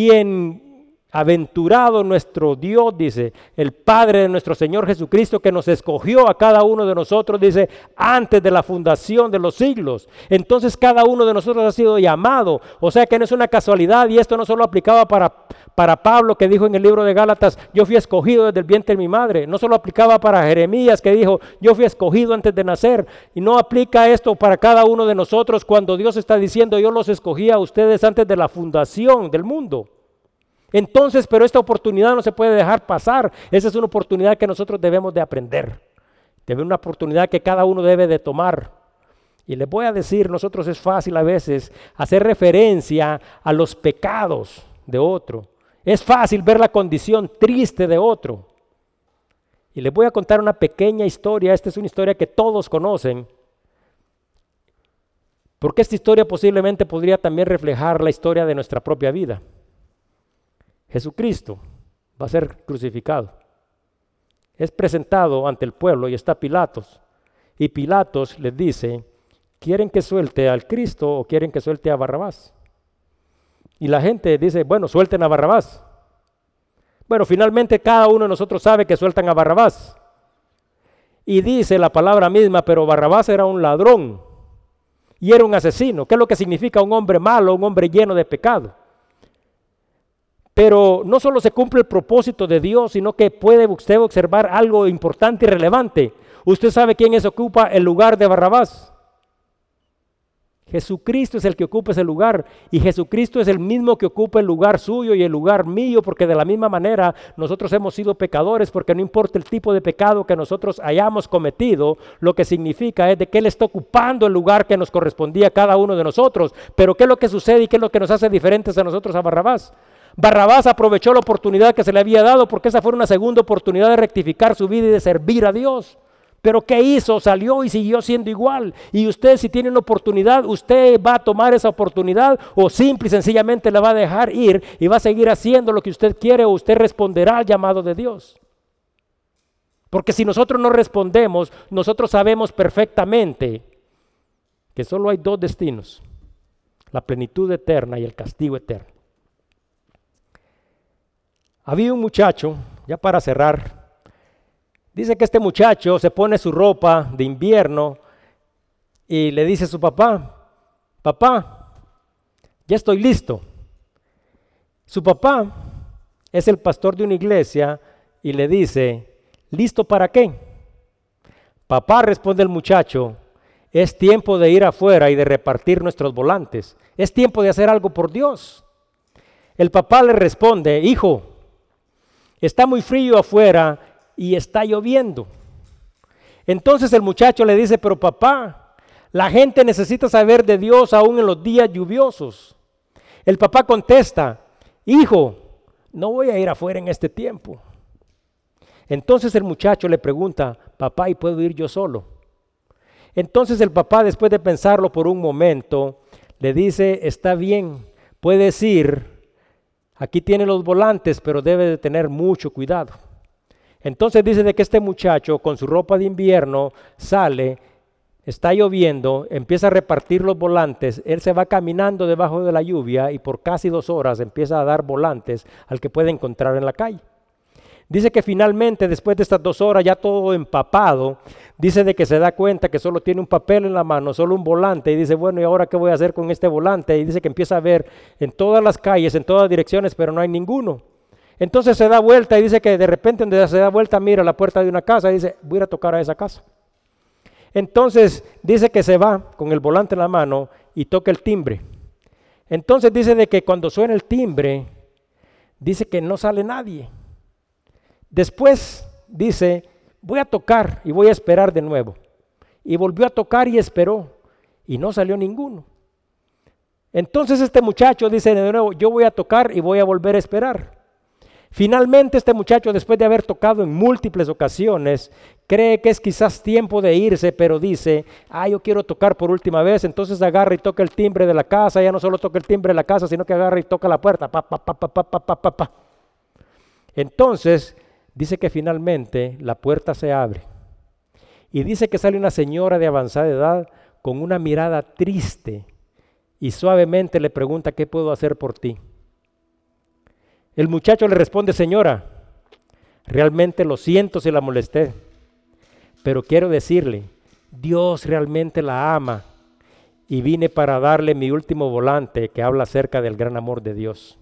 bienaventurado nuestro Dios, dice, el Padre de nuestro Señor Jesucristo, que nos escogió a cada uno de nosotros, dice, antes de la fundación de los siglos. Entonces cada uno de nosotros ha sido llamado, o sea que no es una casualidad, y esto no solo aplicaba para Pablo, que dijo en el libro de Gálatas, yo fui escogido desde el vientre de mi madre. No solo aplicaba para Jeremías, que dijo, yo fui escogido antes de nacer. Y no aplica esto para cada uno de nosotros cuando Dios está diciendo, yo los escogí a ustedes antes de la fundación del mundo. Entonces, pero esta oportunidad no se puede dejar pasar. Esa es una oportunidad que nosotros debemos de aprender. Debe una oportunidad que cada uno debe de tomar. Y les voy a decir, nosotros es fácil a veces hacer referencia a los pecados de otro. Es fácil ver la condición triste de otro. Y les voy a contar una pequeña historia. Esta es una historia que todos conocen. Porque esta historia posiblemente podría también reflejar la historia de nuestra propia vida. Jesucristo va a ser crucificado. Es presentado ante el pueblo y está Pilatos. Y Pilatos les dice, ¿quieren que suelte al Cristo o quieren que suelte a Barrabás? Y la gente dice, bueno, suelten a Barrabás. Bueno, finalmente cada uno de nosotros sabe que sueltan a Barrabás. Y dice la palabra misma, pero Barrabás era un ladrón y era un asesino. ¿Qué es lo que significa un hombre malo, un hombre lleno de pecado? Pero no solo se cumple el propósito de Dios, sino que puede usted observar algo importante y relevante. Usted sabe quién ocupa el lugar de Barrabás. Jesucristo es el que ocupa ese lugar y Jesucristo es el mismo que ocupa el lugar suyo y el lugar mío, porque de la misma manera nosotros hemos sido pecadores, porque no importa el tipo de pecado que nosotros hayamos cometido, lo que significa es de que Él está ocupando el lugar que nos correspondía a cada uno de nosotros. Pero ¿qué es lo que sucede y qué es lo que nos hace diferentes a nosotros a Barrabás? Barrabás aprovechó la oportunidad que se le había dado porque esa fue una segunda oportunidad de rectificar su vida y de servir a Dios. Pero ¿qué hizo? Salió y siguió siendo igual. Y usted, si tiene una oportunidad, usted va a tomar esa oportunidad o simple y sencillamente la va a dejar ir y va a seguir haciendo lo que usted quiere, o usted responderá al llamado de Dios. Porque si nosotros no respondemos, nosotros sabemos perfectamente que solo hay dos destinos: la plenitud eterna y el castigo eterno. Había un muchacho, ya para cerrar. Dice que este muchacho se pone su ropa de invierno y le dice a su papá: papá, ya estoy listo. Su papá es el pastor de una iglesia y le dice: ¿listo para qué? Papá, responde el muchacho, es tiempo de ir afuera y de repartir nuestros volantes. Es tiempo de hacer algo por Dios. El papá le responde: hijo, está muy frío afuera y está lloviendo. Entonces el muchacho le dice: pero papá, la gente necesita saber de Dios aún en los días lluviosos. El papá contesta: hijo, no voy a ir afuera en este tiempo. Entonces el muchacho le pregunta: papá, ¿y puedo ir yo solo? Entonces el papá, después de pensarlo por un momento, le dice: está bien, puedes ir, aquí tiene los volantes, pero debe de tener mucho cuidado. Entonces dice de que este muchacho con su ropa de invierno sale, está lloviendo, empieza a repartir los volantes, él se va caminando debajo de la lluvia y por casi 2 horas empieza a dar volantes al que puede encontrar en la calle. Dice que finalmente, después de estas 2 horas, ya todo empapado, dice de que se da cuenta que solo tiene un papel en la mano, solo un volante, y dice: bueno, ¿y ahora qué voy a hacer con este volante? Y dice que empieza a ver en todas las calles, en todas direcciones, pero no hay ninguno. Entonces se da vuelta y dice que de repente, donde se da vuelta, mira la puerta de una casa y dice: voy a ir a tocar a esa casa. Entonces dice que se va con el volante en la mano y toca el timbre. Entonces dice de que cuando suena el timbre, dice que no sale nadie. Después dice: voy a tocar y voy a esperar de nuevo. Y volvió a tocar y esperó y no salió ninguno. Entonces este muchacho dice de nuevo: yo voy a tocar y voy a volver a esperar. Finalmente este muchacho, después de haber tocado en múltiples ocasiones, cree que es quizás tiempo de irse, pero dice: yo quiero tocar por última vez. Entonces agarra y toca el timbre de la casa. Ya no solo toca el timbre de la casa, sino que agarra y toca la puerta. Pa, pa, pa, pa, pa, pa, pa, pa. Entonces dice que finalmente la puerta se abre y dice que sale una señora de avanzada edad con una mirada triste y suavemente le pregunta: ¿qué puedo hacer por ti? El muchacho le responde: señora, realmente lo siento si la molesté, pero quiero decirle, Dios realmente la ama y vine para darle mi último volante que habla acerca del gran amor de Dios.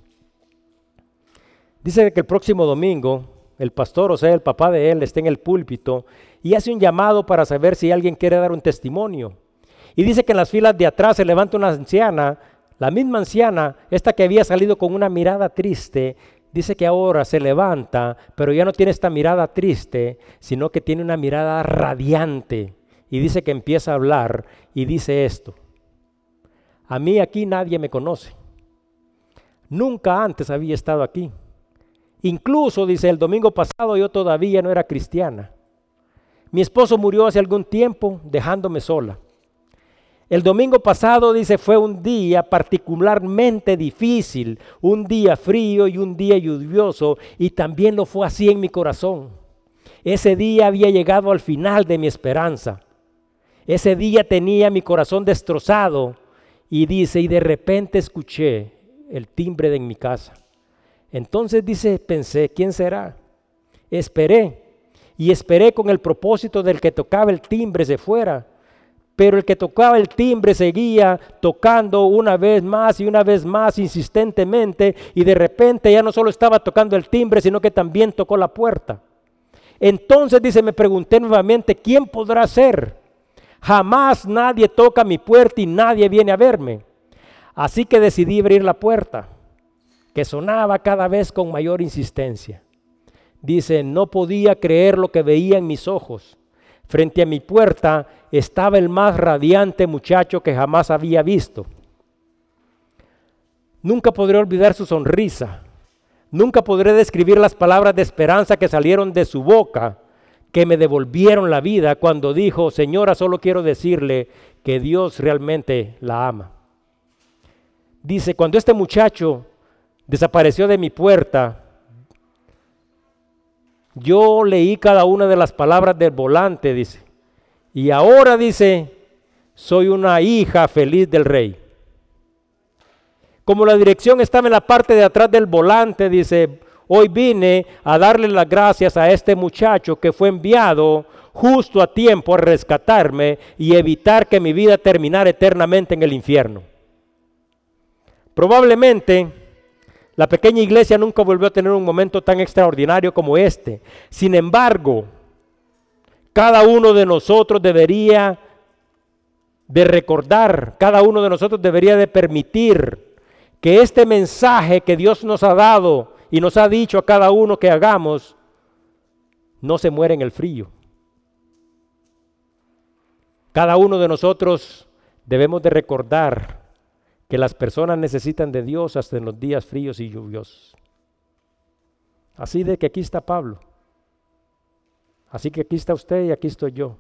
Dice que el próximo domingo el pastor, o sea, el papá de él, está en el púlpito y hace un llamado para saber si alguien quiere dar un testimonio. Y dice que en las filas de atrás se levanta una anciana, la misma anciana, esta que había salido con una mirada triste. Dice que ahora se levanta, pero ya no tiene esta mirada triste, sino que tiene una mirada radiante. Y dice que empieza a hablar y dice esto: a mí aquí nadie me conoce. Nunca antes había estado aquí. Incluso, dice, el domingo pasado yo todavía no era cristiana. Mi esposo murió hace algún tiempo dejándome sola. El domingo pasado, dice, fue un día particularmente difícil, un día frío y un día lluvioso, y también lo fue así en mi corazón. Ese día había llegado al final de mi esperanza. Ese día tenía mi corazón destrozado, y dice, y de repente escuché el timbre en mi casa. Entonces dice, pensé, ¿quién será? Esperé, y esperé con el propósito del que tocaba el timbre se fuera. Pero el que tocaba el timbre seguía tocando una vez más y una vez más insistentemente, y de repente ya no solo estaba tocando el timbre, sino que también tocó la puerta. Entonces dice, me pregunté nuevamente, ¿quién podrá ser? Jamás nadie toca mi puerta y nadie viene a verme. Así que decidí abrir la puerta, que sonaba cada vez con mayor insistencia. Dice, no podía creer lo que veía en mis ojos. Frente a mi puerta estaba el más radiante muchacho que jamás había visto. Nunca podré olvidar su sonrisa. Nunca podré describir las palabras de esperanza que salieron de su boca, que me devolvieron la vida cuando dijo, señora, solo quiero decirle que Dios realmente la ama. Dice, cuando este muchacho desapareció de mi puerta, yo leí cada una de las palabras del volante, dice, y ahora, dice, soy una hija feliz del rey. Como la dirección estaba en la parte de atrás del volante, dice, hoy vine a darle las gracias a este muchacho que fue enviado justo a tiempo a rescatarme y evitar que mi vida terminara eternamente en el infierno. Probablemente la pequeña iglesia nunca volvió a tener un momento tan extraordinario como este. Sin embargo, cada uno de nosotros debería de recordar, cada uno de nosotros debería de permitir que este mensaje que Dios nos ha dado y nos ha dicho a cada uno que hagamos, no se muera en el frío. Cada uno de nosotros debemos de recordar que las personas necesitan de Dios hasta en los días fríos y lluviosos. Así de que aquí está Pablo. Así que aquí está usted y aquí estoy yo.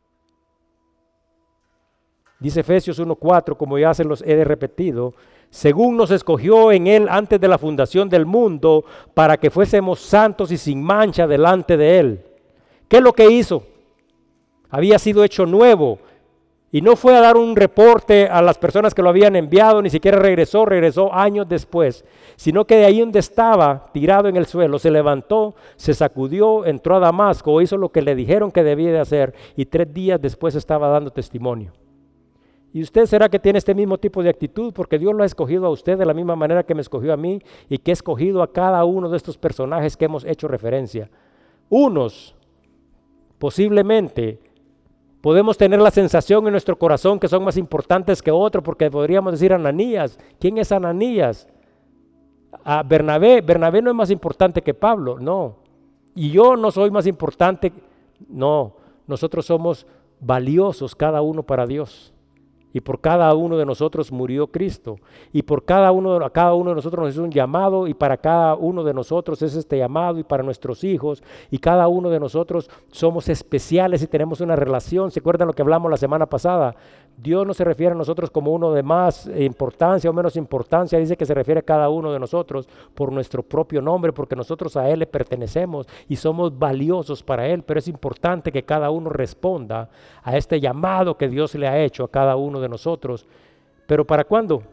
Dice Efesios 1:4, como ya se los he repetido, según nos escogió en Él antes de la fundación del mundo, para que fuésemos santos y sin mancha delante de Él. ¿Qué es lo que hizo? Había sido hecho nuevo. Y no fue a dar un reporte a las personas que lo habían enviado, ni siquiera regresó años después, sino que de ahí donde estaba, tirado en el suelo, se levantó, se sacudió, entró a Damasco, hizo lo que le dijeron que debía de hacer y 3 días después estaba dando testimonio. ¿Y usted será que tiene este mismo tipo de actitud? Porque Dios lo ha escogido a usted de la misma manera que me escogió a mí y que ha escogido a cada uno de estos personajes que hemos hecho referencia. Unos, posiblemente, podemos tener la sensación en nuestro corazón que son más importantes que otros, porque podríamos decir Ananías. ¿Quién es Ananías? Bernabé. Bernabé no es más importante que Pablo, no. Y yo no soy más importante, no. Nosotros somos valiosos cada uno para Dios. Y por cada uno de nosotros murió Cristo. Y por cada uno de nosotros nos hizo un llamado. Y para cada uno de nosotros es este llamado. Y para nuestros hijos. Y cada uno de nosotros somos especiales y tenemos una relación. ¿Se acuerdan lo que hablamos la semana pasada? Dios no se refiere a nosotros como uno de más importancia o menos importancia. Dice que se refiere a cada uno de nosotros por nuestro propio nombre. Porque nosotros a Él le pertenecemos y somos valiosos para Él. Pero es importante que cada uno responda a este llamado que Dios le ha hecho a cada uno de nosotros. ¿Pero para cuándo?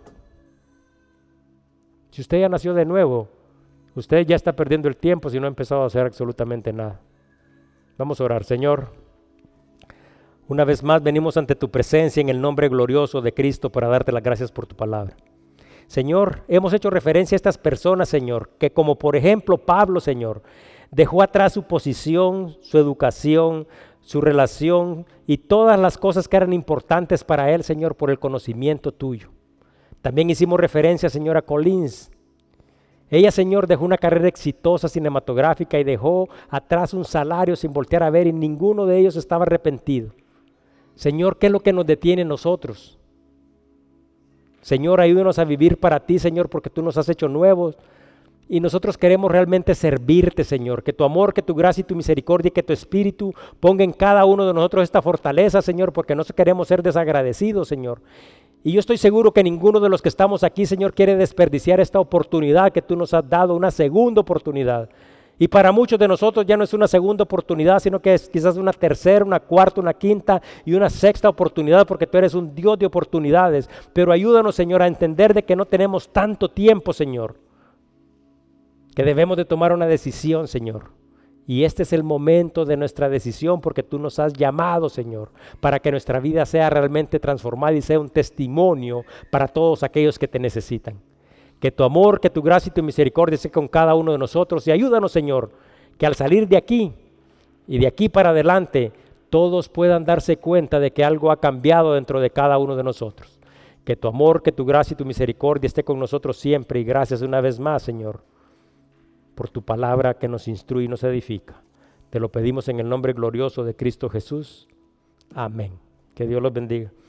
Si usted ya nació de nuevo, usted ya está perdiendo el tiempo si no ha empezado a hacer absolutamente nada. Vamos a orar. Señor, una vez más venimos ante tu presencia en el nombre glorioso de Cristo para darte las gracias por tu palabra. Señor, hemos hecho referencia a estas personas, Señor, que como por ejemplo Pablo, Señor, dejó atrás su posición, su educación, su relación y todas las cosas que eran importantes para él, Señor, por el conocimiento tuyo. También hicimos referencia, Señor, a Collins. Ella, Señor, dejó una carrera exitosa cinematográfica y dejó atrás un salario sin voltear a ver y ninguno de ellos estaba arrepentido. Señor, ¿qué es lo que nos detiene a nosotros? Señor, ayúdanos a vivir para ti, Señor, porque tú nos has hecho nuevos. Y nosotros queremos realmente servirte, Señor, que tu amor, que tu gracia y tu misericordia y que tu espíritu ponga en cada uno de nosotros esta fortaleza, Señor, porque no queremos ser desagradecidos, Señor. Y yo estoy seguro que ninguno de los que estamos aquí, Señor, quiere desperdiciar esta oportunidad que tú nos has dado, una segunda oportunidad. Y para muchos de nosotros ya no es una segunda oportunidad, sino que es quizás una tercera, una cuarta, una quinta y una sexta oportunidad, porque tú eres un Dios de oportunidades. Pero ayúdanos, Señor, a entender de que no tenemos tanto tiempo, Señor, que debemos de tomar una decisión, Señor. Y este es el momento de nuestra decisión porque tú nos has llamado, Señor, para que nuestra vida sea realmente transformada y sea un testimonio para todos aquellos que te necesitan. Que tu amor, que tu gracia y tu misericordia sea con cada uno de nosotros y ayúdanos, Señor, que al salir de aquí y de aquí para adelante todos puedan darse cuenta de que algo ha cambiado dentro de cada uno de nosotros. Que tu amor, que tu gracia y tu misericordia esté con nosotros siempre, y gracias una vez más, Señor, por tu palabra que nos instruye y nos edifica. Te lo pedimos en el nombre glorioso de Cristo Jesús. Amén. Que Dios los bendiga.